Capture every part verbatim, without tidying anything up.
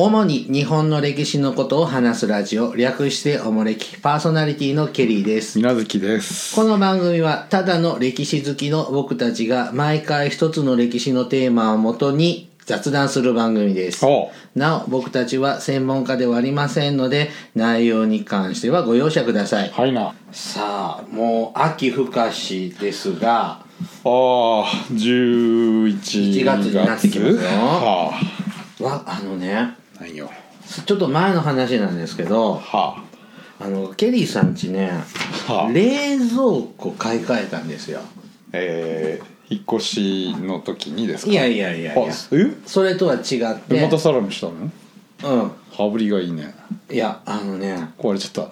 主に日本の歴史のことを話すラジオ、略しておもれき、パーソナリティのケリーです。 みなずきです。 この番組はただの歴史好きの僕たちが毎回一つの歴史のテーマをもとに雑談する番組です。なお僕たちは専門家ではありませんので、内容に関してはご容赦ください。 はいな。 さあ、もう秋深しですが、 ああ、じゅういちがついちがつになってきますよ。 はあ、わあのね、 何よ。 ちょっと前の話なんですけど、 はあのケリーさん家ね、 はあ、 冷蔵庫買い替えたんですよ。 えー、引っ越しの時にですか？ いやいやいやいや、 えそれとは違ってまたさらにしたの？ うん羽振りがいいね。 いや、あのね、 壊れちゃった。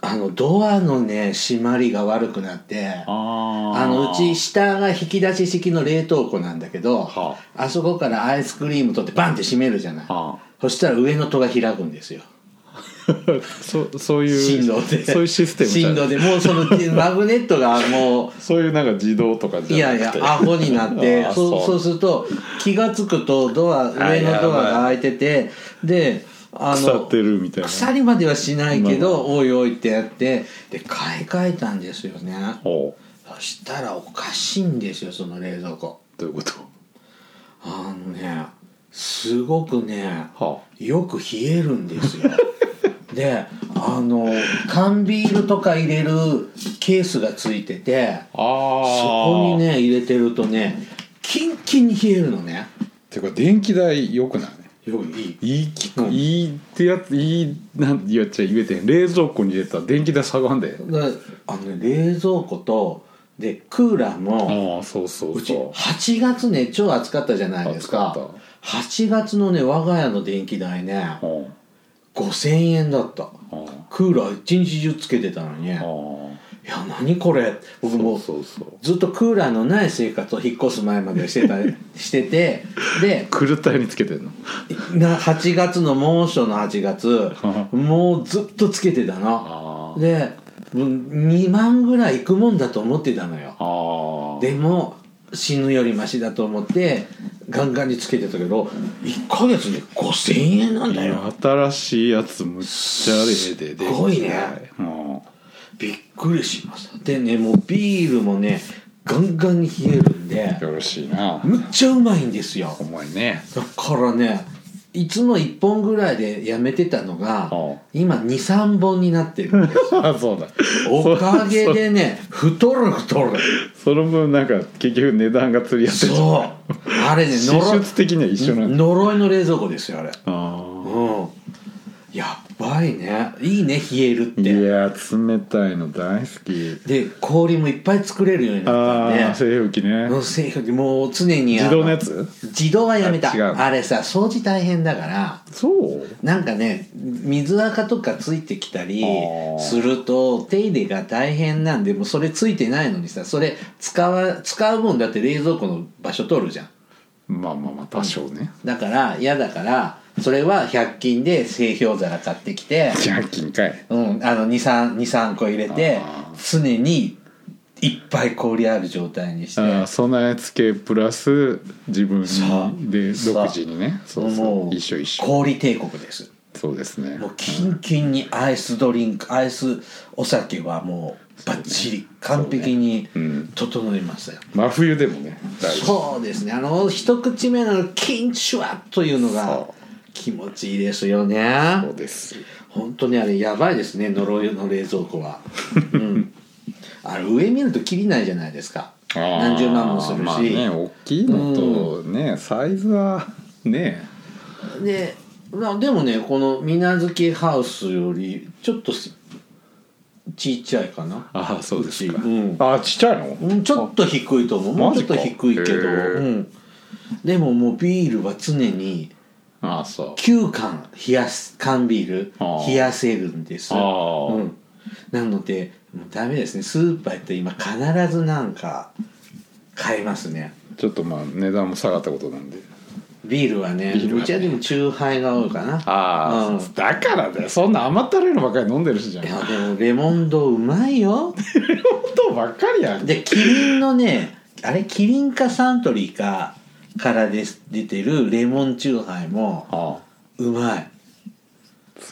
あのドアのね閉まりが悪くなって、 ああのうち下が引き出し式の冷凍庫なんだけど、 はあそこからアイスクリーム取ってバンって閉めるじゃない、 はそしたら上の戸が開くんですよ。 そ, そういう振動で、 そういうシステムじゃ振動でもうそのマグネットがもうそういうなんか自動とかじゃなくて、 いやいやアホになってあそうそうそうすると気が付くとドア上のドアが開いてて、であの腐ってるみたいな。 腐りまではしないけど、 まあまあおいおいってやってで買い替えたんですよね。 ほう。 そしたらおかしいんですよ、その冷蔵庫。 どういうこと？ あのねすごくね、 はよく冷えるんですよ。であの缶ビールとか入れるケースがついてて、 あ、あそこにね入れてるとねキンキンに冷えるのね。 てか電気代良くない？ よくいいいいき、 うんいいってやつ、いいなん言っちゃ言えてん。冷蔵庫に入れたら電気代下がんで。 だあの、ね、冷蔵庫とでクーラーも、 ああ、そうそうそう。 うちはちがつね超暑かったじゃないですか。 暑かった。 はちがつのね我が家の電気代ねはごせんえんだった。 あ、はクーラー一日中つけてたのに、 あ、 いはや何これ、僕もそうそうそう。 ずっとクーラーのない生活を引っ越す前までしてたしてて、で狂ったようにつけてんの？ なはちがつの猛暑のはちがつもうずっとつけてたの。 あでにまんぐらいいくもんだと思ってたのよ。 あ。 でも死ぬよりマシだと思ってガンガンにつけてたけどいっかげつでごせんえんなんだよ。 新しいやつむっちゃええで。 すごいね。 うんびっくりしました。でね、もうビールもねガンガンに冷えるんでよろしいな。 むっちゃうまいんですよ。 お前ね。 だからねいつもいっぽんぐらいでやめてたのが、 はあ、 今 にさんぼんになってるんですあそうだ。 おかげでね太る太る。 その分なんか結局値段が釣り合ってる。 そうあれね支出的には一緒なんだ。 呪いの冷蔵庫ですよあれ。 あうんやばいね。いいね冷えるって。 いや冷たいの大好きで氷もいっぱい作れるようになったんで。 ああ製氷機ね。 もう製氷機もう常に自動のやつ？ 自動はやめた。 あ, あれさ掃除大変だから。 そうなんかね水垢とかついてきたりすると手入れが大変なんで、もうそれついてないのにさ、それ使わ使うもんだって冷蔵庫の場所取るじゃん。 まあまあまあ多少ね。 だから嫌だからそれはひゃく均で製氷皿買ってきて、 ひゃく均かい。 うん、あのにさんこ入れて常にいっぱい氷ある状態にして、 あ備え付けプラス自分にで独自にね。そうそうもう一緒一緒。 氷帝国です。 そうですね。 もうキンキンにアイスドリンクアイスお酒はもうバッチリ完璧に整いましたよ。 真冬でもね大事。 そうですね、あの一口目のキンチュワッというのが気持ちいいですよね。 そうです。 本当にあれやばいですね、呪いの冷蔵庫は。うん、あれ上見るときりないじゃないですか。何十万もするし、 まあね、大きいのとね、うん、サイズはねで、まあ、でもねこの水無月ハウスよりちょっとちっちゃいかな。 ああそうですか、 うん、 あちっちゃいの、 うん、ちょっと低いと思う。もうちょっと低いけど、うん、でももうビールは常にああそうきゅうかん冷やす缶ビール冷やせるんです。 あ、 うん、なのでもうダメですね。スーパーって今必ずなんか買えますね。 ちょっとまあ値段も下がったことなんで。 ビールはね、うちはでもチューハイが多いかな。 ああ、うん、だからだよ。そんな甘ったるいのばっかり飲んでるしじゃん。 いやでもレモンドうまいよ。 レモンドばっかりやん。 でキリンのね、あれキリンかサントリーかからです出てるレモンチューハイもうまい。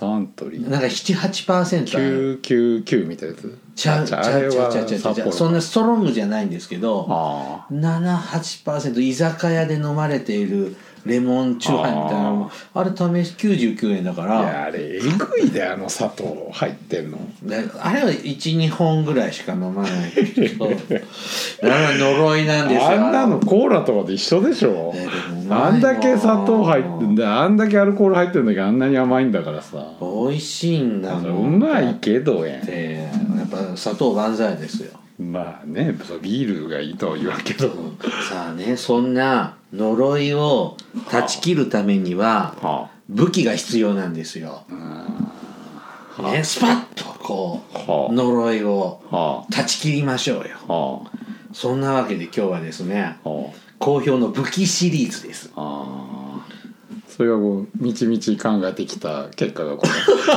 サントリーなんか ななじゅうはちパーセントきゅうきゅうきゅうみたいなやつちゃうちゃうちゃうちゃうちゃうちゃうそんなストロングじゃないんですけどあななじゅうはちパーセント 居酒屋で飲まれているレモンチューハイみたいなのあれ試しきゅうじゅうきゅうえんだからいやあれえぐいであの砂糖入ってんのあれはいちにほんぐらいしか飲まないけど呪いなんですよあんなのコーラとかと一緒でしょあんだけ砂糖入ってんだあんだけアルコール入ってるんだけどあんなに甘いんだからさ美味しいんだもんうまいけどやんやっぱ砂糖万歳ですよまあねビールがいいとは言わんけどさあねそんな呪いを断ち切るためには武器が必要なんですよ、ね、スパッとこう呪いを断ち切りましょうよそんなわけで今日はですね好評の武器シリーズです。 あそれがこうみちみち考えてきた結果がこれ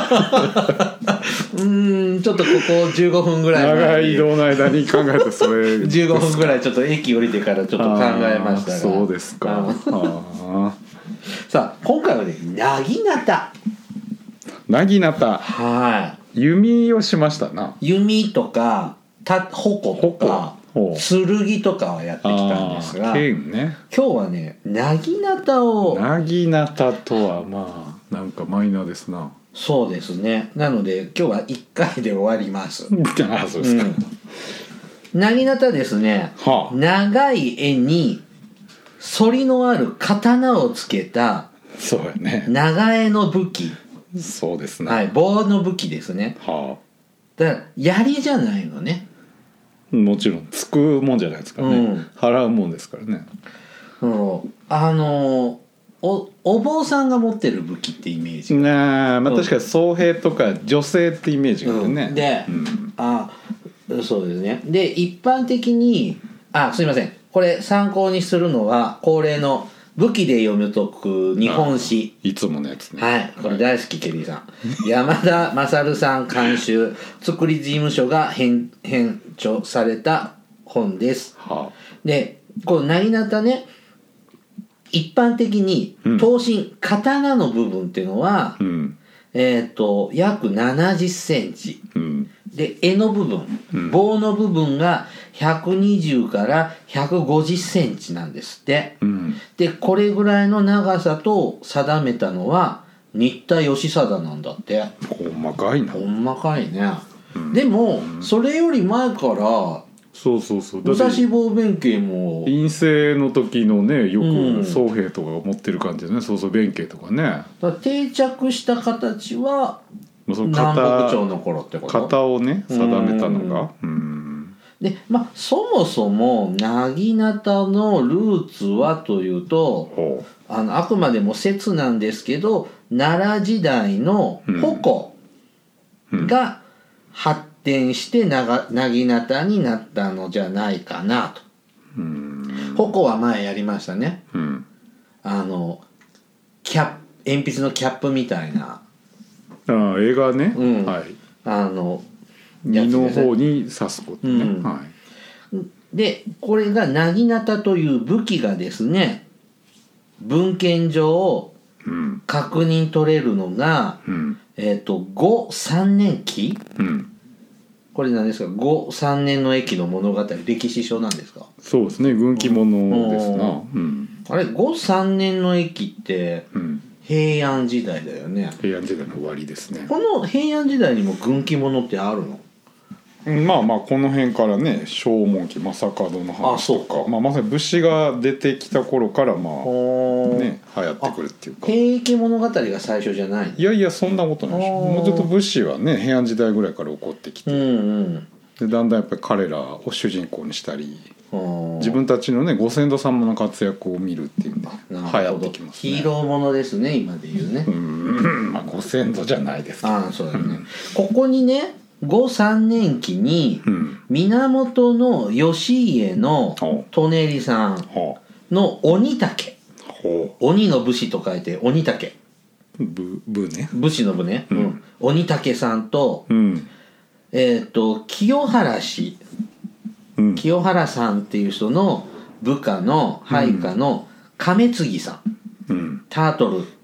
うーんちょっとここじゅうごふんぐらい長い移動の間に考えてそれじゅうごふんぐらいちょっと駅降りてからちょっと考えましたがそうですかあさあ今回はねなぎなたなぎなたはい弓をしましたな弓とかた矛とか剣とかはやってきたんですが、 剣ね、 今日はねなぎなたをなぎなたとはまあなんかマイナーですなそうですねなので今日はいっかいで終わりますあそうですか、 うん、なぎなたですね、はあ、長い柄に反りのある刀をつけたそうやね長柄の武器そうですね、 はい、棒の武器ですね、はあ、だから槍じゃないのねもちろんつくもんじゃないですからね、うん、払うもんですからね、 うん、あのおお坊さんが持ってる武器ってイメージなあ、まあ、確かに僧兵とか女性ってイメージがあるね、 うん、で、うん、あそうですねで一般的にあすいませんこれ参考にするのは恒例の武器で読み解く日本史いつものやつねはいこれ大好きケリーさん山田勝さん監修作り事務所が編編著された本です、はあ、でこのなぎなたね一般的に刀身、うん、刀の部分っていうのは、うん、えっと約ななじゅっセンチ、うん、で柄の部分、うん、棒の部分がひゃくにじゅうからひゃくごじゅっセンチなんですって、うん、でこれぐらいの長さと定めたのは新田義貞なんだってほんまかいなほんまかいね、うん、でも、うん、それより前からそうそうそう武蔵坊弁慶も陰性の時のねよく僧兵とかが持ってる感じでね、うん、そうそう弁慶とかねだ定着した形は南北朝の頃ってこと型をね定めたのがうんでまあそもそもなぎなたのルーツはというとあのあくまでも説なんですけど奈良時代の矛が発展してなぎなたになったのじゃないかなと。うん矛は前やりましたね、うん、あのキャップ鉛筆のキャップみたいなあ絵がね、うん、はいあの身の方に刺すことね、うんはい、 でこれがなぎなたという武器がですね文献上確認取れるのが、うん、えっ、ー、とごさんねんき、うん、これ何ですかごさんねんの駅の物語歴史書なんですかそうですね軍記物ですな、うん、 あれごさんねんの駅って、うん平安時代だよね平安時代の終わりですねこの平安時代にも軍記物ってあるのまあまあこの辺からね正門記正門の話とかまあ、まさに武士が出てきた頃からまあね流行ってくるっていうか平家物語が最初じゃないいやいやそんなことないしもうちょっと武士はね平安時代ぐらいから起こってきて、うんうん、でだんだんやっぱり彼らを主人公にしたり自分たちのねご先祖様の活躍を見るっていうんで流行ってきますねヒーローものですね今で言うねうんまあご先祖じゃないですけどああそうだね、うん、ここにねごさんねんきに源義家の舎人さんの鬼竹鬼の武士と書いて鬼竹武武ね武士の武ね、うんうん、鬼竹さんと、うん、えっと清原氏うん、清原さんっていう人の部下の配下の亀継さん、うん、タートル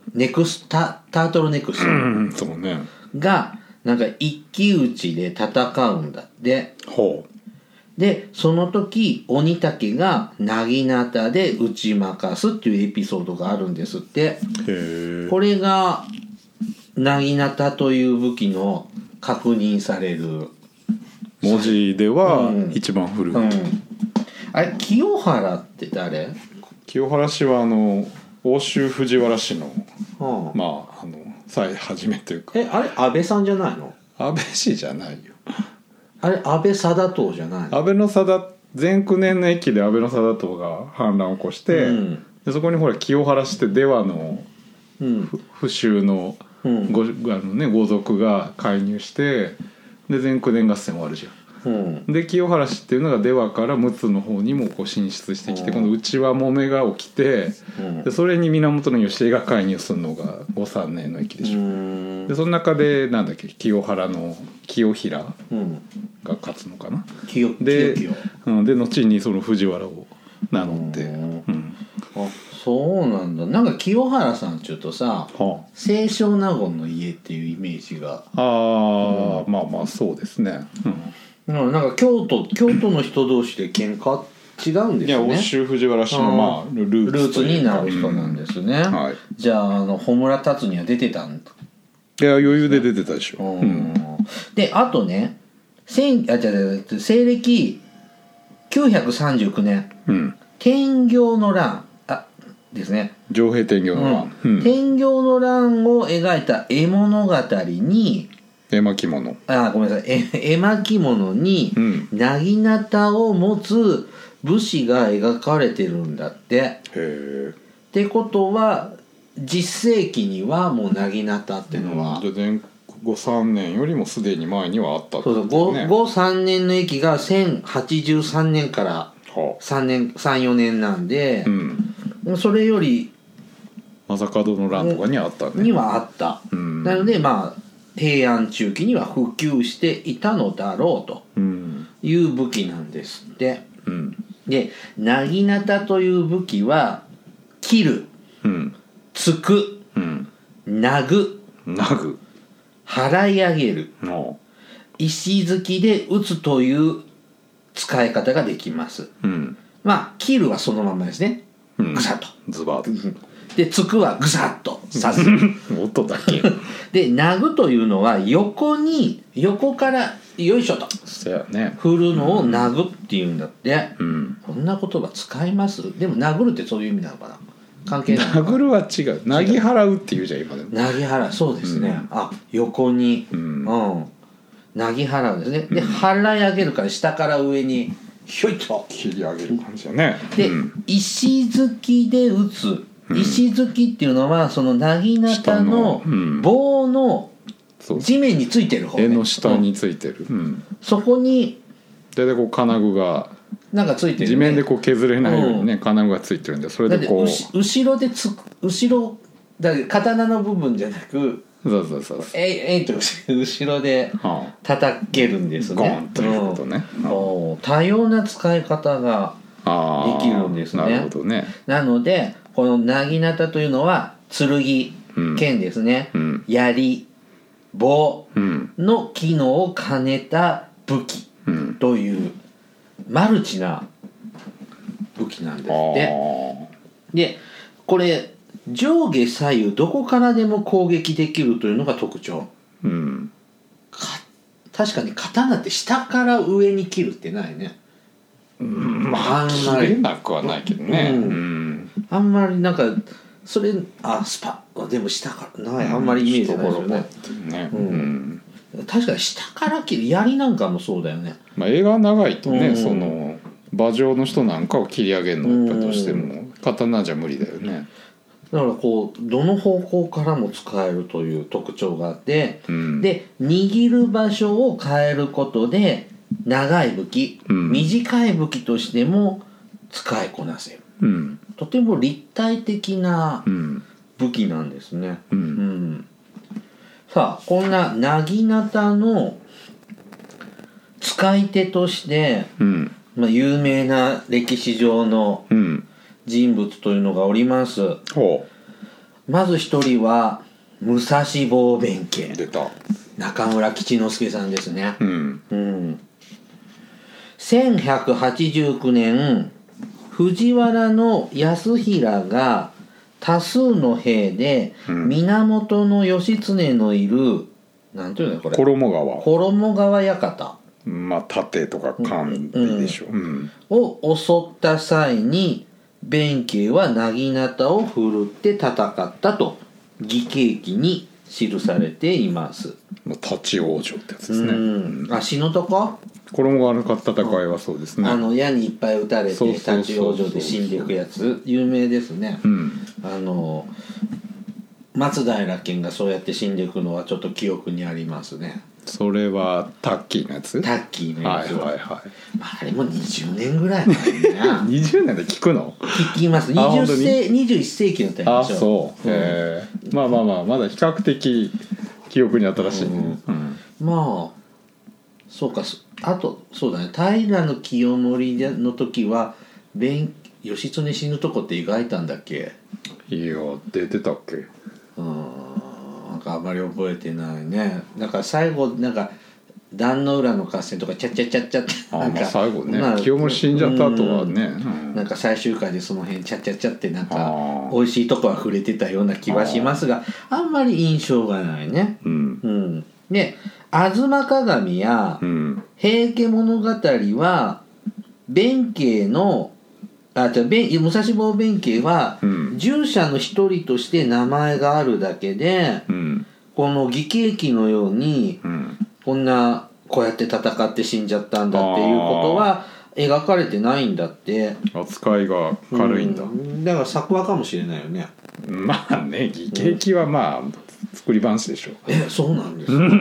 ネクスタタートルネクスそうねがなんか一騎打ちで戦うんだって。 ほうでその時鬼竹が薙刀で打ち負かすっていうエピソードがあるんですって。 へこれが薙刀という武器の確認される文字では一番古い、うんうん、 あれ清原って誰？ 清原氏はあの奥州藤原氏の、はあ、まああの最初めというか。 えあれ安倍さんじゃないの？ 安倍氏じゃないよ。 あれ安倍貞党じゃないの？ 安倍の貞前九年の役で安倍の貞党が反乱を起こして、うん、でそこにほら清原氏って出羽の府州のご、うん、あのね、豪族が介入してで前九年合戦終わるじゃん。うん、で清原氏っていうのが出羽から陸奥の方にもこう進出してきて、うん、この内輪もめが起きて、うん、でそれに源義家が介入するのがごさんねんの役でしょ。うんでその中でなんだっけ清原の清平が勝つのかな、 うん、清で清うん、で後にその藤原を名乗って、うんうん、 あそうなんだ。なんか清原さんっていうとさ、はあ、清少納言の家っていうイメージがああ、うん、まあまあそうですね、 うん、なんか京都京都の人同士で喧嘩違うんですね。 いや奥州藤原氏の、まあ、ルーツルーツになる人なんですね、うんはい、じゃあ、あの穂村達には出てたんだ。 いや余裕で出てたでしょ、うん、 であとね千あじゃあ西暦きゅうひゃくさんじゅうきゅうねん、うん、天行の乱あですね上平天行の乱、 うんうん、天行の乱を描いた絵物語に絵巻物あごめんなさい絵巻物に薙刀を持つ武士が描かれてるんだって。へえ。 ってことは実世紀にはもう薙刀っていうのは、 うん、じゃあごさんねんよりもすでに前にはあったってことですね。そうそうごさんねんの駅がせんはちじゅうさんねんからさんねんさんよねんなんで、うん、それより正門の乱とかにはあったねにはあった、うん、なのでまあ平安中期には普及していたのだろうという武器なんですって、うん、で薙刀という武器は切る、うん、突く、うん、殴殴払い上げる、石突きで打つという使い方ができます、うん、まあ切るはそのままですね、うん、ぐさっとズバッで突くはぐさっと刺す音だけで殴というのは横に横からよいしょとそうや、ね、 振るのを殴っていうんだって、うん、こんな言葉使います？でも殴るってそういう意味なのかな、関係ないのか。 殴るは違う、なぎ払うっていうじゃん今でも。 なぎ払う、そうですね、うん、あ横にうん、うん、なぎ払うんですね。で、うん、払い上げるから下から上にひょいと切り上げる感じだね。 で、うん、石突きで打つ、石突きっていうのはその薙刀の棒の地面についてる方、ね、 絵の下についてる、うん、 そこに大体こう金具がなんかついてる、ね、 地面でこう削れないようにね、うん、金具がついてるんでそれでこう後ろでつ後ろだ刀の部分じゃなくそうそうそうえいえいと後ろで叩けるんですね、 ゴンということね、 うん、多様な使い方ができるんですね。 なるほどね。 なのでこの薙刀というのは剣、うん、剣ですね、うん、槍、棒の機能を兼ねた武器というマルチな武器なんですって。でこれ上下左右どこからでも攻撃できるというのが特徴、うん、か確かに刀って下から上に切るってないね、 うん、まあ切れなくはないけどね、うんうん、 あんまりなんかそれあスパでも下からない、あんまりイメージないですよね、ね、うんうん、確かに下から切る槍なんかもそうだよね、 まあ、映画長いとね、うん、その馬上の人なんかを切り上げるのはやっぱどうしても刀じゃ無理だよね。 だからこうどの方向からも使えるという特徴があって、うん、で握る場所を変えることで長い武器、うん、短い武器としても使いこなせる、うん、とても立体的な武器なんですね、うんうん、さあこんな薙刀の使い手として、うんまあ、有名な歴史上の人物というのがおります、うん、 まず一人は武蔵坊弁慶、 出た中村吉之助さんですね。 うん、 うん、せんひゃくはちじゅうきゅうねん藤原康平が多数の兵で源義経のいる、なんていうのこれ、 衣川衣川館、 まあ盾とか官でしょ、うんうんうん、を襲った際に弁慶は薙刀を振るって戦ったと義経記に記されています。 立ち往生ってやつですね。 うん、あ、死ぬとこ衣川の戦いはそうですね。 あの矢にいっぱい撃たれて立ち往生で死んでいくやつ有名ですね。 うん、 あの松平健がそうやって死んでいくのはちょっと記憶にありますね。 それはタッキーのやつ？ タッキーのやつは、 はいはいはい、 あれもにじゅうねんぐらい前なにじゅうねんで聞くの？ 聞きます。にじゅう世にじゅういっ世紀のタイムでしょ。 あ、そう、うん、えー、まあまあまあまだ比較的記憶に新しいね、 うんうん、まあそうか。あとそうだね、平清盛の時は弁義経死ぬとこって描いたんだっけ？ いや出てたっけ？ うん、なんかあんまり覚えてないね。なんか最後なんか壇の浦の合戦とかチャッチャッチャッチャってなんか、 あ、まあ最後ね、まあ、清盛死んじゃった後はね、 うん、なんか最終回でその辺チャッチャッチャってなんか美味しいとこは触れてたような気はしますが、 あ, あんまり印象がないね。 うん、 うん、で吾妻鏡や平家物語は弁慶のあじゃ武蔵坊弁慶は従者の一人として名前があるだけで、うん、この義経記のように、うん、こんなこうやって戦って死んじゃったんだっていうことは描かれてないんだって。 扱いが軽いんだ、うん、 だから作話かもしれないよね。 まあね、義経記はまあ、うん、作り話でしょう。 え、そうなんですか、うん、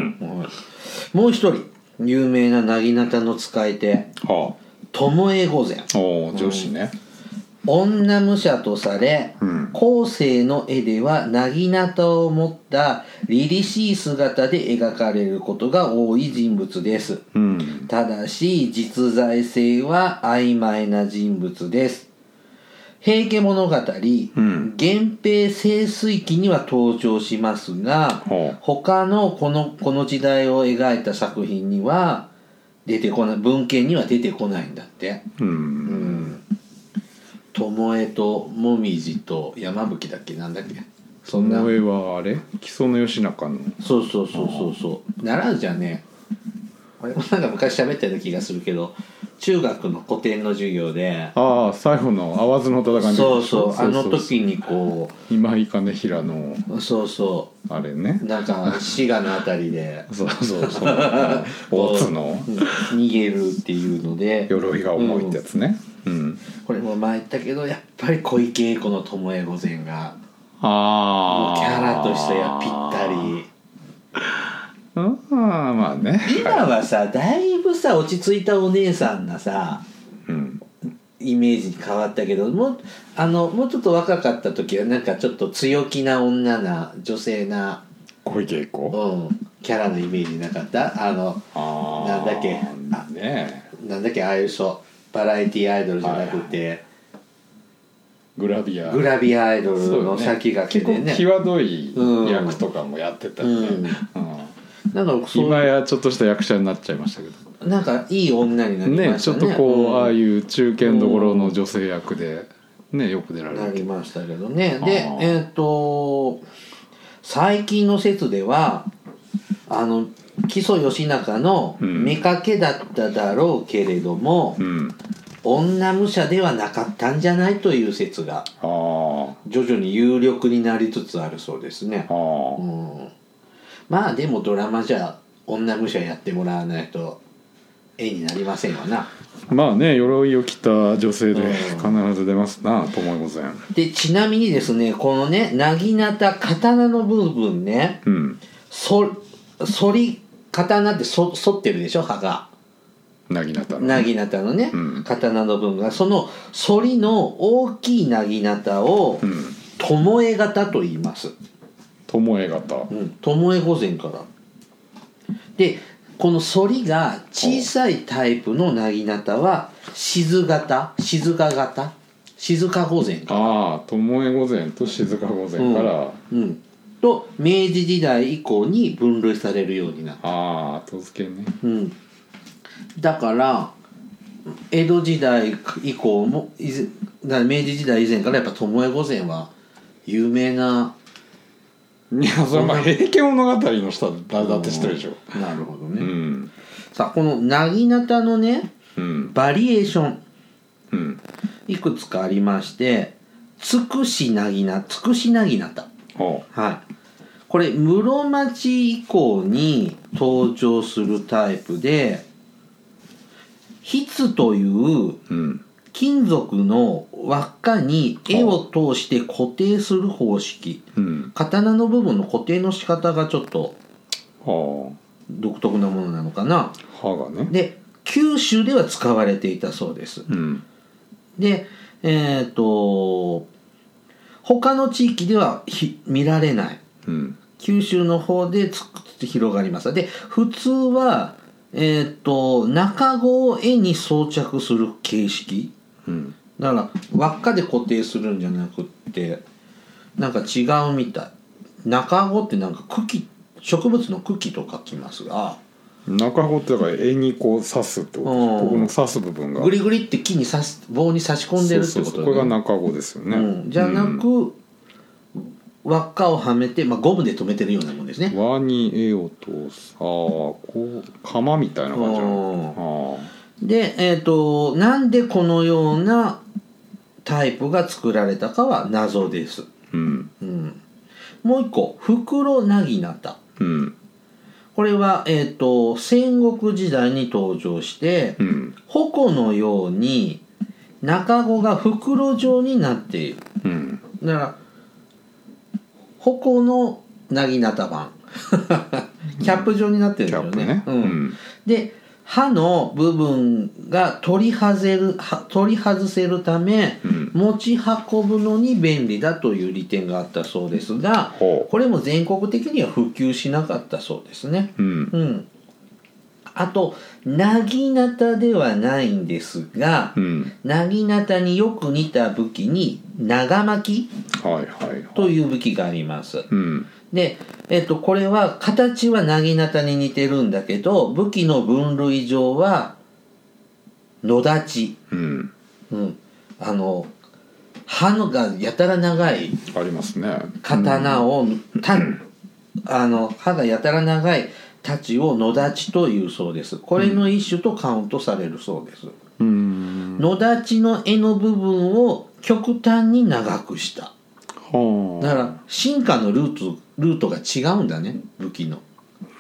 もう一人有名な薙刀の使い手、はあ、巴御前。 お女子ね、 うん、女武者とされ、うん、後世の絵では薙刀を持った凛々しい姿で描かれることが多い人物です、うん、ただし実在性は曖昧な人物です。平家物語、うん、源平盛衰期には登場しますが、うん、他のこのこの時代を描いた作品には出てこない、文献には出てこないんだって。うん、うん、巴と紅葉と山吹だっけ、なんだっけ、 そんな。巴はあれ木曽義仲の。 そうそうそうそうそう奈良じゃねえ、俺もなんか昔喋ったような気がするけど、中学の古典の授業で、 ああ最後の会津の戦い、 そうそう、あの時にこう今井兼平のそうそうあれね、 なんか滋賀のあたりでそうそうそう大津の逃げるっていうので鎧が重いってやつね、うんうん、 これも前言ったけどやっぱり小池栄子の巴御前があキャラとしてはぴったり。 ああまあね、 今はさ、はい、だいぶさ落ち着いたお姉さんなさ、うん、イメージに変わったけど、もうあのもうちょっと若かった時はなんかちょっと強気な女な女性な小池栄子、 うん、キャラのイメージなかった？あのあなんだっけあ、ね、なんだっけああいう人バラエティアイドルじゃなくて、はい、 グラビアグラビアアイドルの先駆けでね、 結構際どい役とかもやってたんで、うんうんなんかそう今やちょっとした役者になっちゃいましたけど、 なんかいい女になりましたね。 ね、ちょっとこう、うん、ああいう中堅どころの女性役で、ね、よく出られるなりましたけどね。でえっ、ー、と最近の説ではあの木曽義仲の妾だっただろうけれども、うん、女武者ではなかったんじゃないという説が徐々に有力になりつつあるそうですね。あ、うん、まあでもドラマじゃ女武者やってもらわないと絵になりませんわな。 まあね、鎧を着た女性で必ず出ますな、巴御前。 でちなみにですね、このね薙刀刀の部分ね、うん、そ反り刀ってそ反ってるでしょ、刃が薙刀の薙刀のね、うん、刀の部分がその反りの大きい薙刀を巴型と言います。 巴型、 うん、巴御前からで、この反りが小さいタイプの薙刀は静型、静か型、 静御前から、 ああ巴御前と静御前から、 うん、うん、と明治時代以降に分類されるようになった。 ああ後付けね、 うん、だから江戸時代以降も以前だ明治時代以前からやっぱ巴御前は有名な。 いやそれはまあ平家物語の人は誰だって知ってるでしょ。 なるほどね、 うん、 さあこの薙刀のね、うん、バリエーション、うん、いくつかありまして、つくし薙なつくし薙刀、はい、これ室町以降に登場するタイプで、筆という金属の輪っかに絵を通して固定する方式、うん、刀の部分の固定の仕方がちょっと独特なものなのかな。 刃がね。 で九州では使われていたそうです、うん、でえっと他の地域では見られない、うん、九州の方でつく広がります。で普通はえー、と中子を絵に装着する形式、うん、だから輪っかで固定するんじゃなくってなんか違うみたい。中子ってなんか茎、植物の茎と書きますが、 中子ってだから絵にこう刺すってこと、うん、ここの刺す部分がグリグリって木に刺す棒に差し込んでるってことだね。 そうそうそう、これが中子ですよね、 うん、じゃなく、うん輪っかをはめて、まあ、ゴムで留めてるようなもんですね。 輪に絵を通す。ああこう鎌みたいな感じなの。 で、えーと、なんでこのようなタイプが作られたかは謎です、うんうん、もう一個袋薙刀、うん、これは、えーと、戦国時代に登場して、うん、矛のように中子が袋状になっている、うん、だから矛の薙刀版キャップ状になってるんだよね。ね、うんうん、で刃の部分が取り外せる取り外せるため、うん、持ち運ぶのに便利だという利点があったそうですが、これも全国的には普及しなかったそうですね。うんうん、あと薙刀ではないんですが、薙刀によく似た武器に長巻という武器があります。うん、で、えっと、これは形は薙刀に似てるんだけど武器の分類上は野太刀、うんうん、あの刃がやたら長いありますね。 刀を、うん、たあの刃がやたら長い太刀を野太刀というそうです。これの一種とカウントされるそうです。うん、野太刀の柄の部分を極端に長くした。はあ、だから進化のルートルートが違うんだね武器の。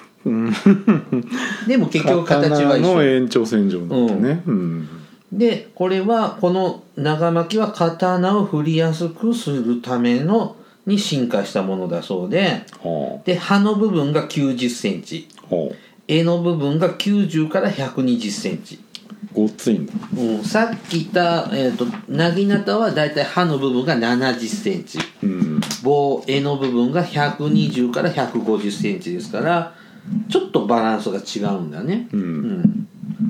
でも結局形は一緒。 刀の延長線上なんだね。うん、 でこれはこの長巻きは刀を振りやすくするためのに進化したものだそうで、はあ、で刃の部分がきゅうじゅっセンチ、はあ、柄の部分がきゅうじゅうからひゃくにじゅっセンチ。 ごっついんだ。 うん、さっき言った、えーと、薙刀はだいたい刃の部分がななじゅっセンチ、うん、棒柄の部分がひゃくにじゅうからひゃくごじゅっセンチですからちょっとバランスが違うんだね。うんうん、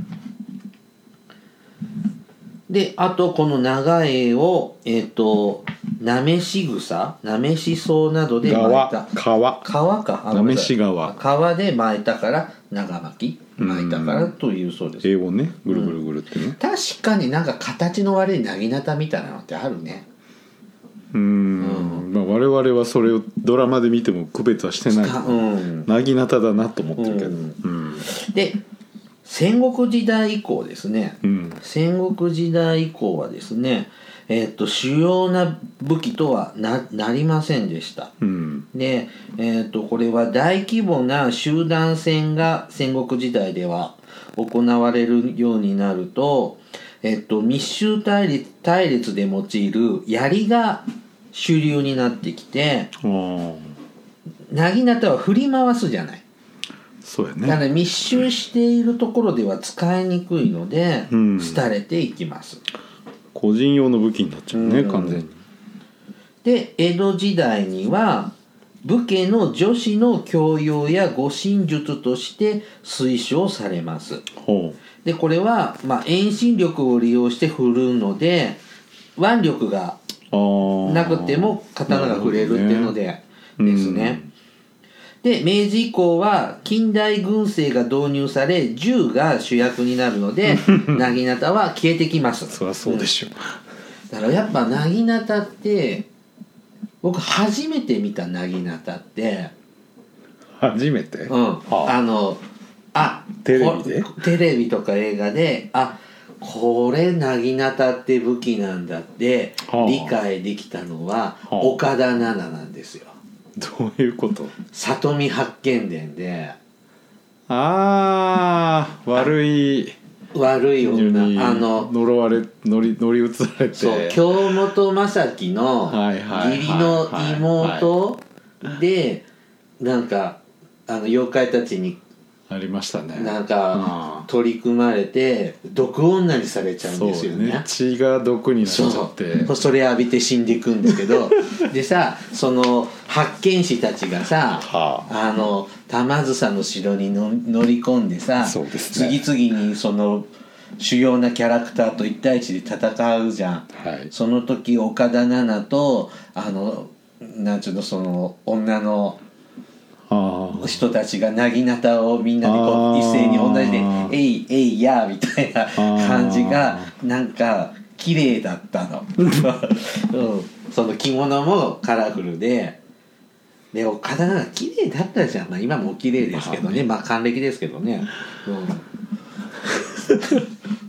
であとこの長い絵をえっ、ー、となめし草なめし草などで巻いた川川かなめし川川で巻いたから長巻き巻いたからというそうです。 絵をねぐるぐるぐるってね、うん、 確かになんか形の悪い薙刀みたいなのってあるね。 うーん、うん、まあ我々はそれをドラマで見ても区別はしてないから薙刀だなと思ってるけど、うんうん、 で戦国時代以降ですね、うん、戦国時代以降はですねえー、と主要な武器とは な, なりませんでした、うん、で、えー、とこれは大規模な集団戦が戦国時代では行われるようになると、えー、と密集対 立, 対立で用いる槍が主流になってきて薙刀は振り回すじゃない。 そうやね、 だから密集しているところでは使いにくいので、うん、廃れていきます。 個人用の武器になっちゃうね、うん、完全に。 で江戸時代には武家の女子の教養や護身術として推奨されます。ほうでこれは、まあ、遠心力を利用して振るうので腕力がなくても刀が振れるっていうのでですね、うん、で明治以降は近代軍政が導入され銃が主役になるのでなぎなたは消えてきますそりゃそうでしょ、うん、 だからやっぱなぎなたって僕初めて見たなぎなたって初めて、 うん、はあ、あのあテレビでテレビとか映画であこれなぎなたって武器なんだって理解できたのは岡田奈々なんですよ。 どういうこと？ 里見八犬伝であー悪い悪い女あの呪われ乗り乗り移られてそう京本政樹の義理の妹でなんかあの妖怪たちにありましたねなんか取り組まれて毒女にされちゃうんですよね。 そうね血が毒になっちゃってそうそれ浴びて死んでいくんですけどでさその八犬士たちがさ、はあ、あの玉梓の城にの乗り込んでさそうですね、 次々にその主要なキャラクターと一対一で戦うじゃん、はい、その時岡田奈々とあのなんちゅうのその女の人たちがなぎなたをみんなでこう一斉に同じで「えいえいや」みたいな感じがなんか綺麗だったの、うん、その着物もカラフルでで岡田なんか綺麗だったじゃん、まあ、今も綺麗ですけどね、まあ還暦ですけどね、うん、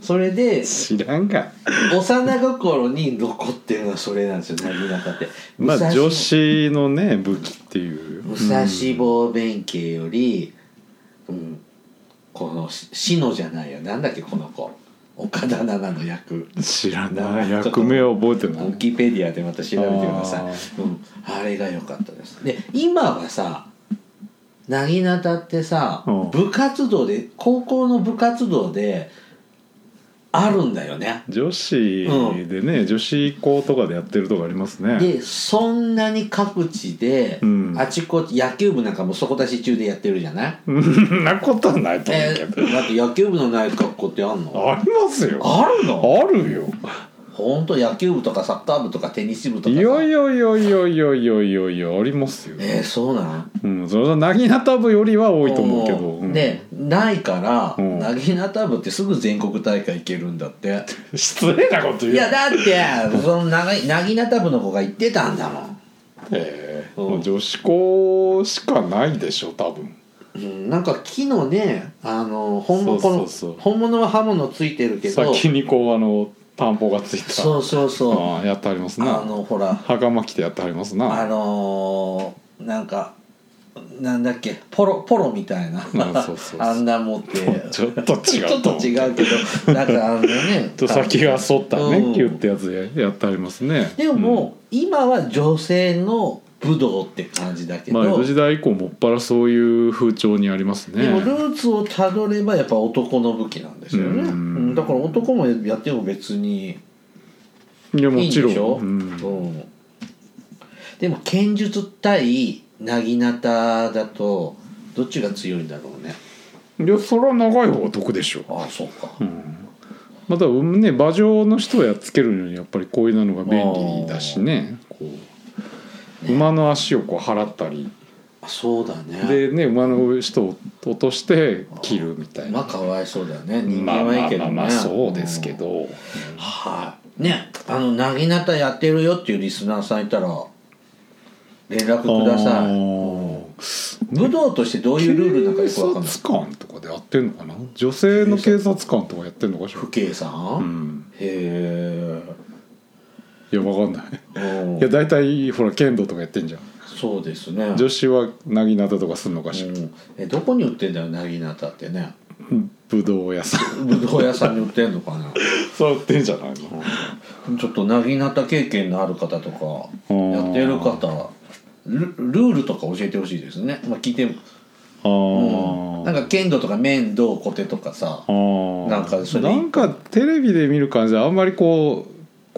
それで知らんが幼心に残ってるのはそれなんですよなぎなたって。 まあ女子のね武器っていう武蔵坊弁慶より、うん、この志乃じゃないよなんだっけこの子岡田奈々の役知らない役名は覚えてない。 ウィキペディアでまた調べてください。 あ,、うん、あれが良かったです。で今はさなぎなたってさ、うん、部活動で高校の部活動であるんだよね。 女子でね、うん、女子校とかでやってるとこありますね。 でそんなに各地で、うん、あちこち野球部なんかも底出し中でやってるじゃないそんなことはないと思うけど、 えー、だって野球部のない学校ってあんの？ ありますよ。 あるの？ あるよ。 ほんと野球部とかサッカー部とかテニス部とかいやいやいやいやいやいやいやいやありますよ。 えー、そうなん？ うん、それはなぎなた部よりは多いと思うけど、うん、 でないからなぎなた部ってすぐ全国大会行けるんだって失礼なこと言う。 いやだってそのなぎなた部の子が言ってたんだもん。 ええー、もう女子校しかないでしょ多分。 うん、なんか木のねあの本物そうそうそう本物は刃物ついてるけど先にこうあの担保がついたそうそうそうあやってありますな。 あのほら袴着てやってありますな。 あのー、なんかなんだっけポロポロみたいな、うん、そうそうそうあんな持ってちょっと違うちょっと違うけどなんかあのねと先が反ったね、うん、キュッてやつでやってありますね。 でも、うん、今は女性の武道って感じだけど、 まあ、江戸時代以降もっぱらそういう風潮にありますね。 でもルーツをたどればやっぱ男の武器なんですよね、うん、だから男もやっても別にいいんでしょ。いやもちろん、うんうん、でも剣術対なぎなただとどっちが強いんだろうね。 いやそれは長い方が得でしょ。 ああそうか、 うん、またね馬上の人をやっつけるのにやっぱりこういうのが便利だしねこうね馬の足をこう払ったりそうだねでね馬の人を落として切るみたいな。 まあかわいそうだよね人間はいいけどね。 まあまあまあそうですけど、うん、 はい、ねあのなぎなたやってるよっていうリスナーさんいたら連絡ください。武道としてどういうルールなんかよく分かんない。 警察官とかでやってんのかな。女性の警察官とかやってんのかしら。 父兄さん、うん、へえいや分かんないいや大体ほら剣道とかやってんじゃん。 そうですね。 女子はなぎなたとかすんのかしら、うん、 えどこに売ってんだよなぎなたってね。 ぶどう屋さんぶどう屋さんに売ってんのかなそう売ってんじゃないの、 うん、ちょっとなぎなた経験のある方とかやってる方 ル, ルールとか教えてほしいですね、まあ、聞いてあ、うん、なんか剣道とか面道小手とかさあなんかそれなんかテレビで見る感じであんまりこう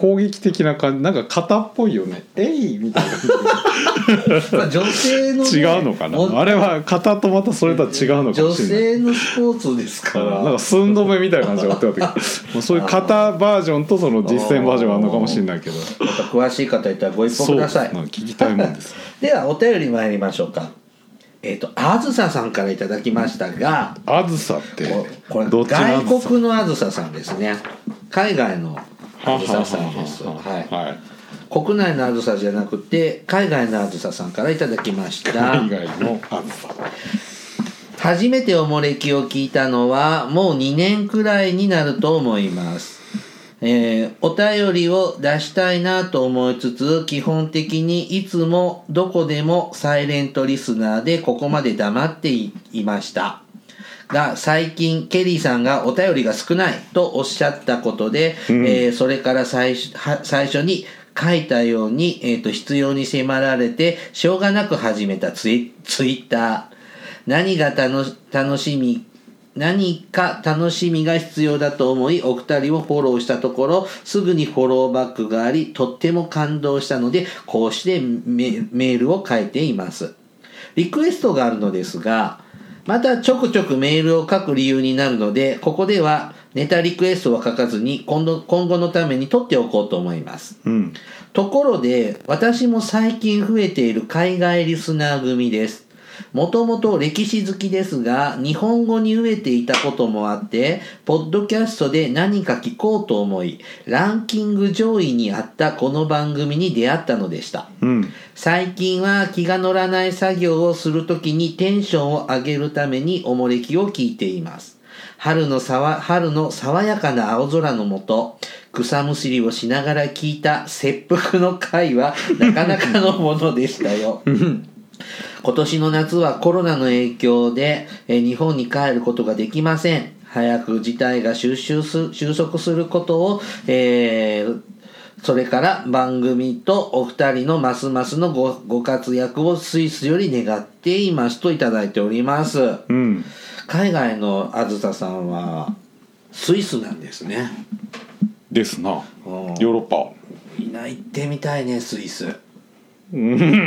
攻撃的な感じ、なんか型っぽいよね、えいみたいなまあ女性の、ね、 違うのかな、あれは型とまたそれとは違うのかもしれない。 女性のスポーツですからなんか寸止めみたいな感じで終わってたけどそういう型バージョンとその実践バージョンがあるのかもしれないけど、 また詳しい方いたらご一報ください。 そう、聞きたいもんですではお便り参りましょうか。えっ、ー、とあずささんからいただきましたが、 あずさってこれどっちの外国のあずささんですね。海外のあずささんです。はい、はい、国内のあずさじゃなくて海外のあずささんからいただきました。 海外のあずさ。 初めておもれきを聞いたのはもうにねんくらいになると思います。えー、お便りを出したいなと思いつつ、基本的にいつもどこでもサイレントリスナーでここまで黙って い, いましたが、最近ケリーさんがお便りが少ないとおっしゃったことで、うん、えー、それから最初、最初に書いたように、えーと、必要に迫られてしょうがなく始めたツイ、ツイッター。何が楽し、楽しみ何か楽しみが必要だと思いお二人をフォローしたところ、すぐにフォローバックがあり、とっても感動したのでこうしてメ, メールを書いています。リクエストがあるのですが、またちょくちょくメールを書く理由になるので、ここではネタリクエストは書かずに今度今後のために取っておこうと思います、うん、ところで私も最近増えている海外リスナー組です。もともと歴史好きですが、日本語に飢えていたこともあって、ポッドキャストで何か聞こうと思い、ランキング上位にあったこの番組に出会ったのでした。うん、最近は気が乗らない作業をするときにテンションを上げるためにおもれきを聞いています。春のさわ、春の爽やかな青空の下、草むしりをしながら聞いた切腹の回はなかなかのものでしたよ。今年の夏はコロナの影響でえ日本に帰ることができません。早く事態が収集す収束することを、えー、それから番組とお二人のますますの ご, ご活躍をスイスより願っていますといただいております、うん、海外のあずささんはスイスなんですね。 ですな、うん、ヨーロッパみんな行ってみたいね、スイス。 うん、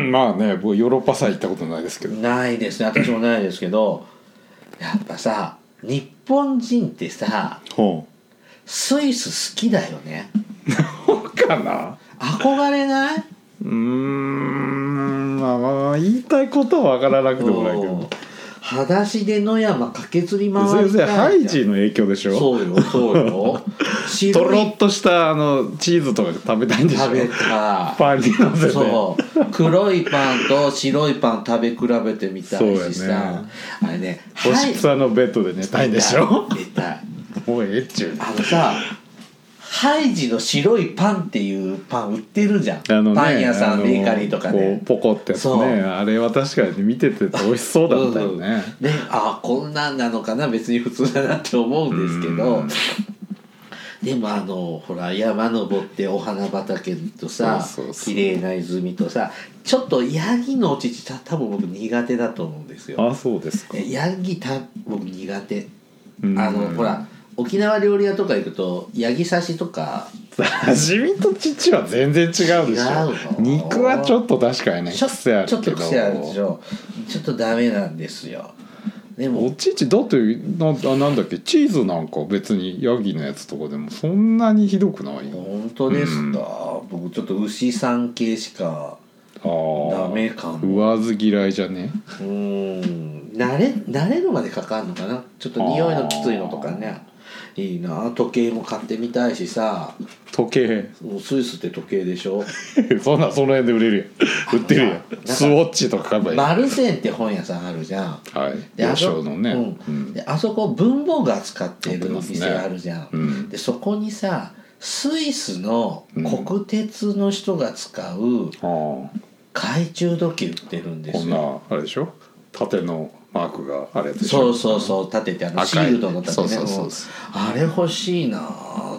まあね、僕ヨーロッパさえ行ったことないですけど。 ないですね、私もないですけどやっぱさ、日本人ってさ、スイス好きだよね。 そうかな。 憧れない？ うーん、まあまあ言いたいことは分からなくてもないけど、 裸足で野山駆けずり回りたい。 全然ハイジの影響でしょ。 そうよそうよとろっとしたあのチーズとか食べたいんでしょ。 食べたパンにのせて。 そう黒いパンと白いパン食べ比べてみたいしさ、ね、あれね、 星草のベッドで寝たいんでしょ。 寝たい。 もうええっちゅう。 あのさ、ハイジの白いパンっていうパン売ってるじゃん、あの、ね、パン屋さん、ベーカリーとかね、 こうポコってやつね。あれは確かに見てて美味しそうだったよね。 で、あ、こんなんなのかな、別に普通だなって思うんですけど、でもあのほら山登ってお花畑とさ、綺麗な泉とさ、ちょっとヤギのお乳た多分僕苦手だと思うんですよ。 あ、そうですか。 ヤギた僕苦手。あのほら沖縄料理屋とか行くとヤギ刺しとか、 刺身と乳は全然違うでしょ。肉はちょっと確かにね、癖あるけど、 ちょっと癖あるでしょ。ちょっとダメなんですよ。でもお乳だってな、なんだっけ、チーズなんか別にヤギのやつとかでもそんなにひどくない。 本当ですか、うん、僕ちょっと牛さん系しかダメかも。 食わず嫌いじゃね。 うーん、慣れ慣れるまでかかるのかな。ちょっと匂いのきついのとかね。いいな。時計も買ってみたいしさ。 時計スイスって時計でしょ。 そんなその辺で売れるやん、売ってるやん。スウォッチとか買えばいい。 マルセンって本屋さんあるじゃん。 はい。で、あそのね、 うんうん、であそこ文房具扱ってる店あるじゃん、ね、うん、でそこにさ、スイスの国鉄の人が使う懐中時計売ってるんですよ。 こんなあれでしょ、縦のマークがあれでしょ。そうそうそう、縦ってあのシールドの縦ね。そうそうそう、あれ欲しいなーって。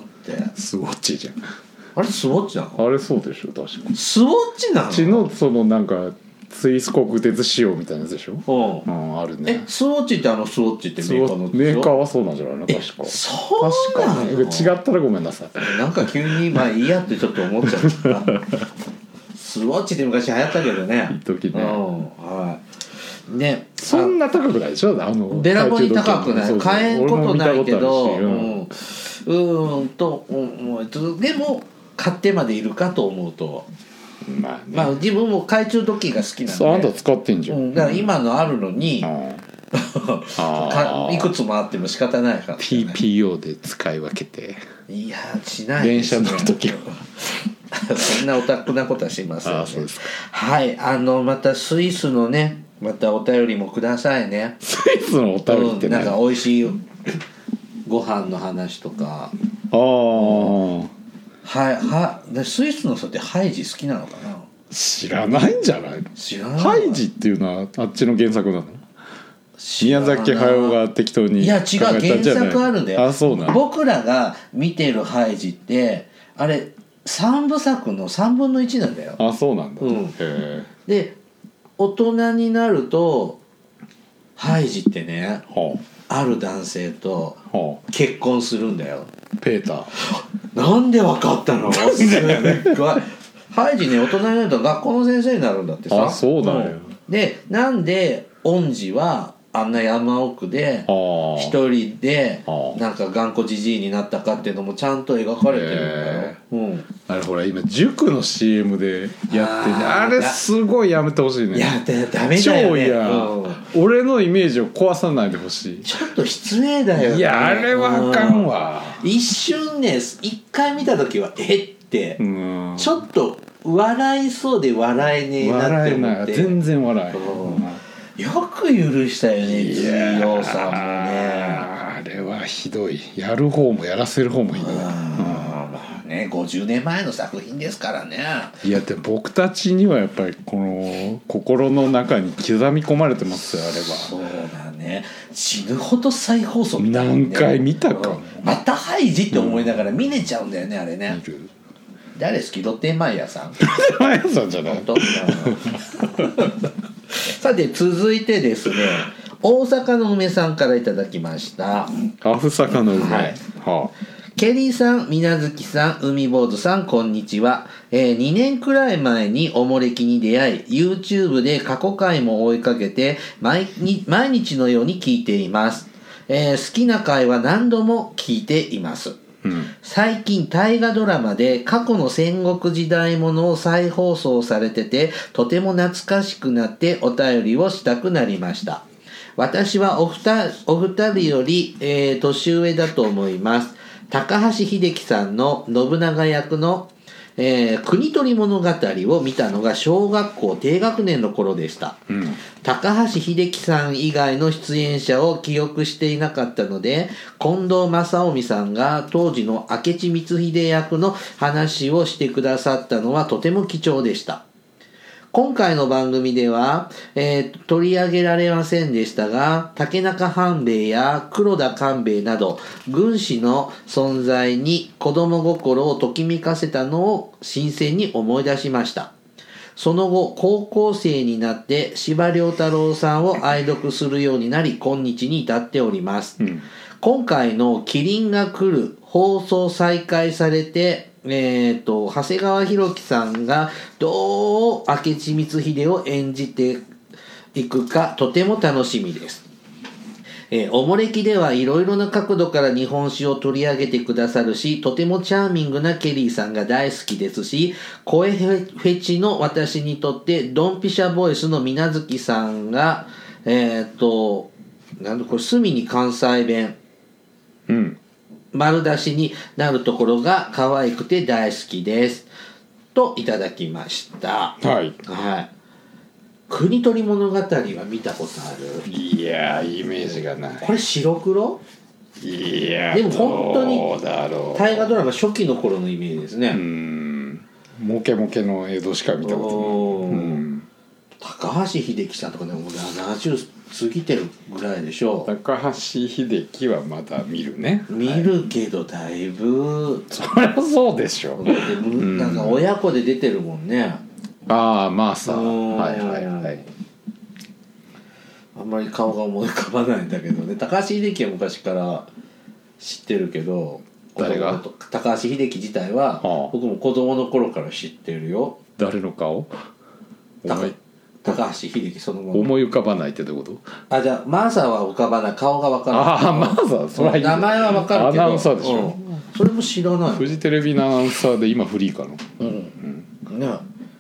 スウォッチじゃん。 あれスウォッチなの？ あれそうでしょ、確かに。 スウォッチなの？ うちのそのなんかスイス国鉄仕様みたいなやつでしょ。うん、うん、あるね。 えスウォッチってあのスウォッチってメーカーのメーカーはそうなんじゃないの確か。 そうなの。 確か、ね、違ったらごめんなさい。 なんか急にまあいいやってちょっと思っちゃったスウォッチって昔流行ったけどね一時ね、うん、 はいね、 そんな高くないでしょ。あのべらぼうに高くない。買えんことないけど、うん、うーんと、うん、でも買ってまでいるかと思うと、まあ、ね、まあ自分も懐中時計が好きなんで。 そうあんた使ってんじゃん、 うん、だから今のあるのに、うん、いくつもあっても仕方ないから、ね、 ティーピーオー で使い分けて。 いやしないですね、 電車乗る時はそんなオタクなことはしませんね。 あそうですか。 はい、あのまたスイスのねまたお便りもくださいね。 スイスのお便りってね、 うん、なんか美味しいご飯の話とか。 ああ、うん、 はいはスイスの人ってハイジ好きなのかな。 知らないんじゃないの。 知らない。 ハイジっていうのはあっちの原作なの。宮崎駿が適当にいや違う原作あるんだよ。 あそうなの。 僕らが見てるハイジってあれ三部作のさんぶんのいちなんだよ。 あそうなんだ、うん、 へで大人になるとハイジってね、はあ、ある男性と結婚するんだよ、はあ、ペーター。 なんでわかったのすごいハイジね大人になると学校の先生になるんだってさ。 あそうだよ、うん、 でなんで恩師はあんな山奥で一人でなんか頑固じじいになったかっていうのもちゃんと描かれてるんだよ、うん、 あれほら今塾の シーエム でやってる あ, あれすごいやめてほしいね。 いやダメだよね。 超嫌、うん、俺のイメージを壊さないでほしい。 ちょっと失礼だよね。 いやあれはあかんわ、 うん、一瞬ね一回見た時はえって、うん、ちょっと笑いそうで笑えねえなって思って。 笑えない全然笑えない、うんよく許したよね、ジーオーさんもね。 あれはひどい。やる方もやらせる方もひどい、うんうん、ね、ごじゅうねんまえの作品ですからね。 いやでも僕たちにはやっぱりこの心の中に刻み込まれてますよあれは。 そうだね。死ぬほど再放送見たもんね。 何回見たか、 うん、またハイジって思いながら見れちゃうんだよね、うん、あれね。見る。誰好き？ロッテンマイヤーさん。 ロッテンマイヤーさんじゃない。本当さて続いてですね、大阪の梅さんからいただきました。 あふさかの梅、はい、はあ、ケリーさん、みなずきさん、海坊主さん、こんにちは、えー、にねんくらい前におもれきに出会い YouTube で過去回も追いかけて 毎, 毎日のように聞いています、えー、好きな回は何度も聞いています。うん、最近大河ドラマで過去の戦国時代ものを再放送されててとても懐かしくなってお便りをしたくなりました。私はお二人より、えー、年上だと思います。高橋英樹さんの信長役の、えー、国取物語を見たのが小学校低学年の頃でした、うん、高橋英樹さん以外の出演者を記憶していなかったので近藤正臣さんが当時の明智光秀役の話をしてくださったのはとても貴重でした。今回の番組では、えー、取り上げられませんでしたが、竹中半兵衛や黒田官兵衛など軍師の存在に子供心をときめかせたのを新鮮に思い出しました。その後高校生になって司馬遼太郎さんを愛読するようになり今日に至っております、うん、今回のキリンが来る放送再開されてえーと、長谷川博己さんがどう明智光秀を演じていくかとても楽しみです。えー、おもれきではいろいろな角度から日本史を取り上げてくださるし、とてもチャーミングなケリーさんが大好きですし、声フェチの私にとってドンピシャボイスの水無月さんが、えーと、なんだこれ、隅に関西弁。うん。丸出しになるところが可愛くて大好きですといただきました。 はい、 はい、国取物語は見たことある？ いやイメージがない。 これ白黒？ いやでも本当に大河ドラマ初期の頃のイメージですね。うんモケモケの映像しか見たことない、うん、 高橋英樹さんとかねもうななじゅう過ぎてるぐらいでしょう。 高橋英樹はまだ見るね。 見るけどだいぶ、 はい、そりゃそうでしょ。 でなんか親子で出てるもんね。 ああまあさはいはいはい。 あんまり顔が思い浮かばないんだけどね。高橋英樹は昔から知ってるけど、 誰が？ 高橋英樹自体は僕も子供の頃から知ってるよ。 誰の顔？ 高高橋英樹そのまま思い浮かばないってどういうこと？ あ、じゃあマーサーは浮かばない、顔が分からない。 ああマーサーそれはいい。 名前は分かるけどアナウンサーでしょ、うん、 それも知らない。 フジテレビのアナウンサーで今フリーかな。 うん、うん、ね。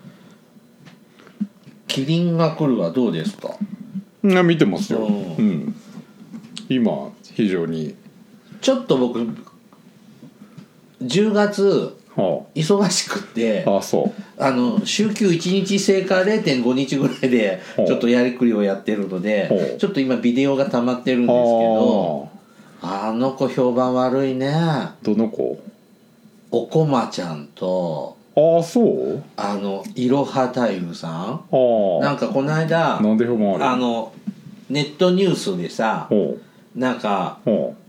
キリンが来るはどうですか？ 見てますよ、うんうん、今非常にちょっと僕じゅうがつ忙しくて、 ああそうあの週休いちにち制か れいてんごにちぐらいでちょっとやりくりをやってるので、ちょっと今ビデオが溜まってるんですけど、あの子評判悪いね。 どの子？ おこまちゃんと、 ああそうあのいろは太夫さん、 あなんかこの間なんで評判悪い？ あのネットニュースでさ、なんか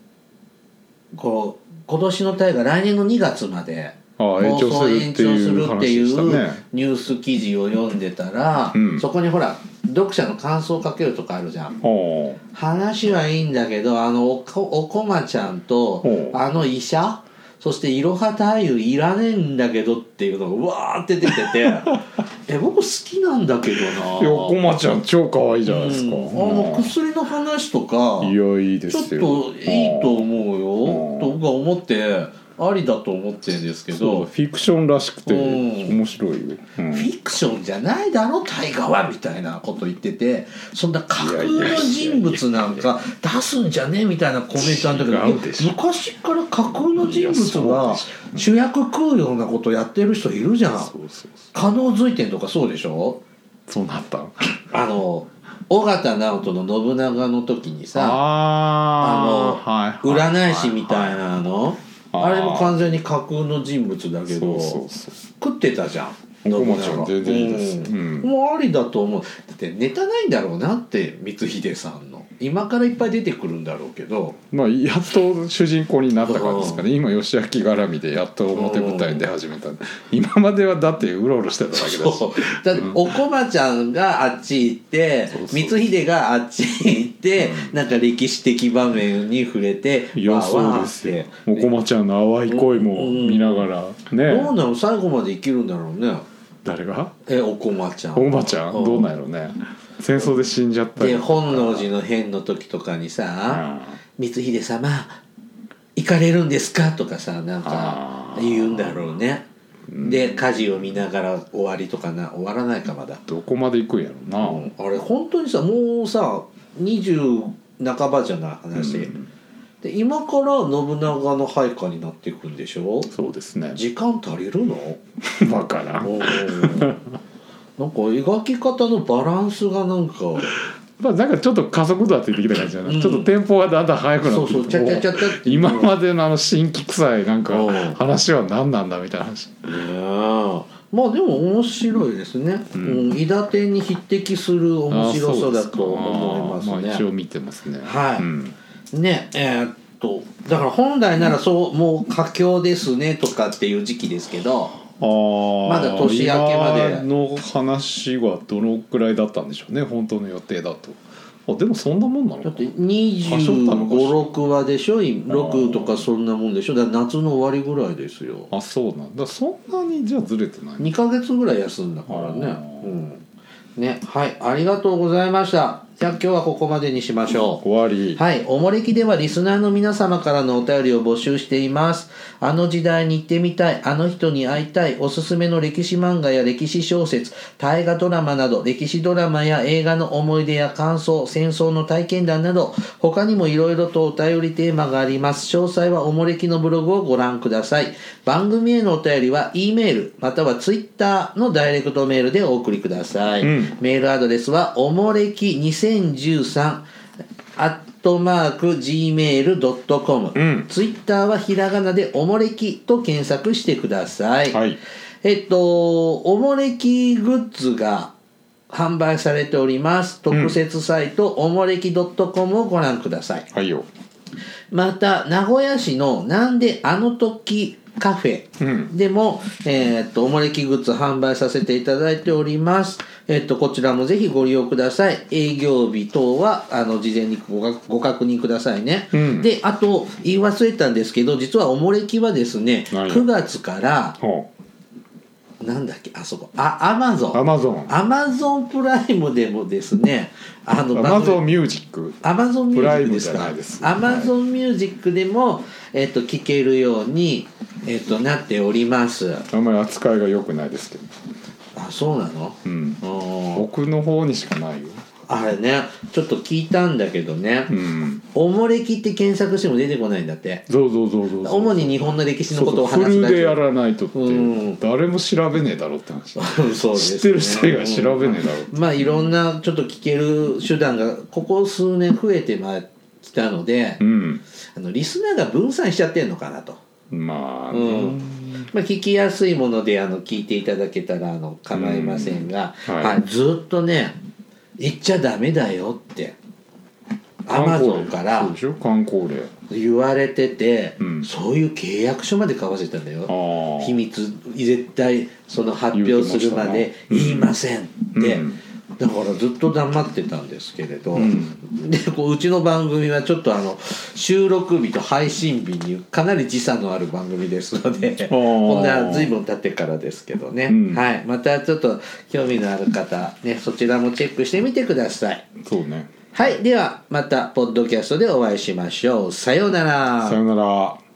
こう今年の大河来年のにがつまで放送延長するっていうニュース記事を読んでたら、うん、そこにほら読者の感想をかけるとかあるじゃん。話はいいんだけど、あのおこ、おこまちゃんとあの医者、そしていろは太夫いらねえんだけどっていうのがうわーって出ててえ僕好きなんだけどな。 いやおこまちゃん超可愛いじゃないですか、うん、 あの薬の話とかいやいいですよ、 ちょっといいと思うよと僕は思ってありだと思ってるんですけど、 フィクションらしくて面白いよ、 うん、フィクションじゃないだろ大河はみたいなこと言ってて、そんな架空の人物なんか出すんじゃねえみたいなコメントなんだけど、昔から架空の人物が主役食うようなことやってる人いるじゃん。加納随天とかそうでしょ。 そうなったあの緒方直人の信長の時にさ、 ああの、 はいはい、占い師みたいなの、はいあれも完全に架空の人物だけど、そうそうそう食ってたじゃん。 おこまちゃん全然いいです、 うんうん、もうありだと思う。だってネタないんだろうなって光秀さんの今からいっぱい出てくるんだろうけど、 まあやっと主人公になったからですかね。今義明絡みでやっと表舞台に出始めた。今まではだってうろうろしてただけだし、 そうだっておこまちゃんがあっち行って光秀があっち行って、うん、なんか歴史的場面に触れて、 いやそうですよ。おこまちゃんの淡い恋も見ながら、うん、ねどうなの最後まで生きるんだろうね。 誰が？ えおこまちゃん。 おこまちゃんどうなんやろうね。戦争で死んじゃったりで本能寺の変の時とかにさ「光秀様行かれるんですか?」とかさなんか言うんだろうね。で火事を見ながら終わりとかな終わらないかまだどこまで行くんやろうな、 うん、あれ本当にさもうさにじゅう半ばじゃない話、うん、で今から信長の配下になっていくんでしょ。 そうですね。 時間足りるのわからんなんか描き方のバランスがなんかまあなんかちょっと加速度はついてきた感じじゃない、うん、ちょっとテンポがだんだん速くなって、 そうそうチャチャチャチャって今までのあの新規臭いなんか話は何なんだみたいな話、ね、 まあでも面白いですね、うん、伊達天に匹敵する面白さだと思いますね。 まあ一応見てますね。 はい、うん、ねえー、っとだから本来ならそうもう佳境ですねとかっていう時期ですけど、 あまだ年明けまで今の話はどのくらいだったんでしょうね本当の予定だと。あでもそんなもんなのか。 だってにじゅうご、ろくわでしょ。ろくとかそんなもんでしょ。だから夏の終わりぐらいですよ。 あそうなんだ。そんなにじゃあずれてない。 にかげつぐらい休んだからね。うんね、はいありがとうございました。じゃあ今日はここまでにしましょう。 終わり。 はい、おもれきではリスナーの皆様からのお便りを募集しています。あの時代に行ってみたい、あの人に会いたい、おすすめの歴史漫画や歴史小説、大河ドラマなど、歴史ドラマや映画の思い出や感想、戦争の体験談など、他にもいろいろとお便りテーマがあります。詳細はおもれきのブログをご覧ください。番組へのお便りは E メールまたは Twitter のダイレクトメールでお送りください。うん、メールアドレスはおもれきにせんじゅうさんアットマーク ジーメールドットコム、うん、ツイッターはひらがなでおもれきと検索してください、はい、えっとおもれきグッズが販売されております。特設サイト、うん、おもれき .com をご覧ください、 はいよ。 また名古屋市のなんであの時カフェでも、うん、えー、っとおもれきグッズ販売させていただいております。えー、っとこちらもぜひご利用ください。営業日等はあの事前に ご, ご確認くださいね、うん、であと言い忘れたんですけど、実はおもれきはですねくがつからなんだっけあそこあアマゾンアマゾンアマゾンプライムでもですねあのアマゾンミュージックアマゾンミュージックですか。 プライムじゃないです。 アマゾンミュージックでも、えっと、聴けるように、えっと、なっております。 あんまり扱いが良くないですけど。 あ、そうなの？ うん。奥の方にしかないよ。 あれね、ちょっと聞いたんだけどね、うん、おもれきって検索しても出てこないんだって。 そうそうそうそうそう。 主に日本の歴史のことを話すだけ。 フルでやらないとって、うん、誰も調べねえだろって話だ。そうですね、知ってる人以外調べねえだろって、 うん、まあいろんなちょっと聞ける手段がここ数年増えてきたので、うん、あのリスナーが分散しちゃってんのかなと。 まあ、ね、 うん、まあ、聞きやすいものであの聞いていただけたらあの構いませんが、うん、はいはい、ずっとね言っちゃダメだよってアマゾンから言われてて、うん、そういう契約書まで交わせたんだよ。秘密絶対その発表するまで言いませんって、うん、だからずっと黙ってたんですけれど、うん、でこううちの番組はちょっとあの収録日と配信日にかなり時差のある番組ですのでこんな随分経ってからですけどね、うん、はい、またちょっと興味のある方、ね、そちらもチェックしてみてください。 そうね。 はい、ではまたポッドキャストでお会いしましょう。さようなら。 さようなら。